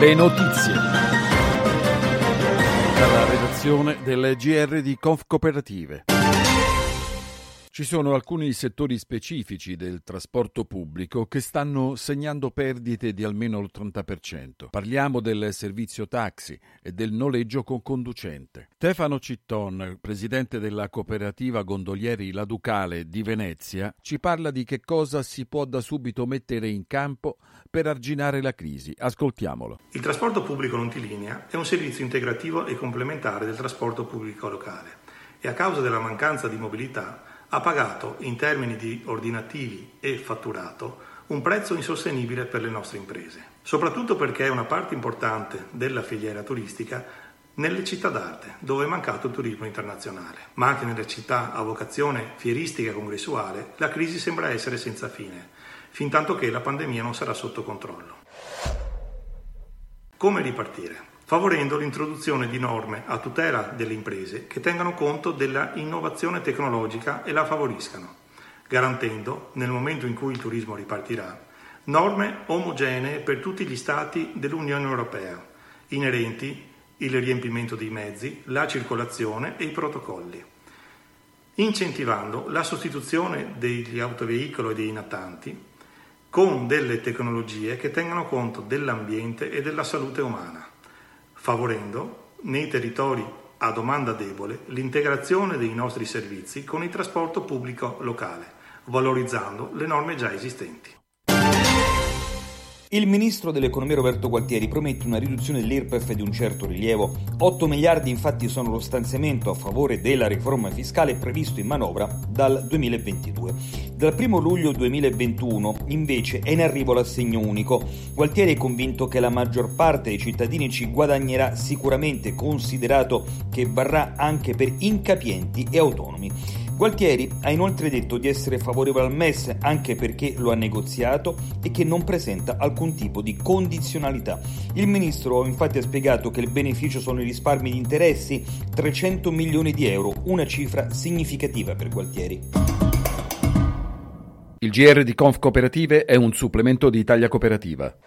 Le notizie dalla redazione del GR di Confcooperative. Ci sono alcuni settori specifici del trasporto pubblico che stanno segnando perdite di almeno il 30%. Parliamo del servizio taxi e del noleggio con conducente. Stefano Citton, presidente della cooperativa gondolieri La Ducale di Venezia, ci parla di che cosa si può da subito mettere in campo per arginare la crisi. Ascoltiamolo. Il trasporto pubblico lontilinea è un servizio integrativo e complementare del trasporto pubblico locale e a causa della mancanza di mobilità ha pagato, in termini di ordinativi e fatturato, un prezzo insostenibile per le nostre imprese, soprattutto perché è una parte importante della filiera turistica nelle città d'arte, dove è mancato il turismo internazionale. Ma anche nelle città a vocazione fieristica e congressuale la crisi sembra essere senza fine, fintanto che la pandemia non sarà sotto controllo. Come ripartire? Favorendo l'introduzione di norme a tutela delle imprese che tengano conto della innovazione tecnologica e la favoriscano, garantendo, nel momento in cui il turismo ripartirà, norme omogenee per tutti gli Stati dell'Unione Europea, inerenti il riempimento dei mezzi, la circolazione e i protocolli, incentivando la sostituzione degli autoveicoli e dei natanti con delle tecnologie che tengano conto dell'ambiente e della salute umana, favorendo, nei territori a domanda debole, l'integrazione dei nostri servizi con il trasporto pubblico locale, valorizzando le norme già esistenti. Il ministro dell'economia Roberto Gualtieri promette una riduzione dell'IRPEF di un certo rilievo. 8 miliardi infatti sono lo stanziamento a favore della riforma fiscale previsto in manovra dal 2022. Dal 1 luglio 2021 invece è in arrivo l'assegno unico. Gualtieri è convinto che la maggior parte dei cittadini ci guadagnerà sicuramente, considerato che varrà anche per incapienti e autonomi. Gualtieri ha inoltre detto di essere favorevole al MES anche perché lo ha negoziato e che non presenta alcun tipo di condizionalità. Il ministro infatti ha spiegato che il beneficio sono i risparmi di interessi, 300 milioni di euro, una cifra significativa per Gualtieri. Il GR di Confcooperative è un supplemento di Italia Cooperativa.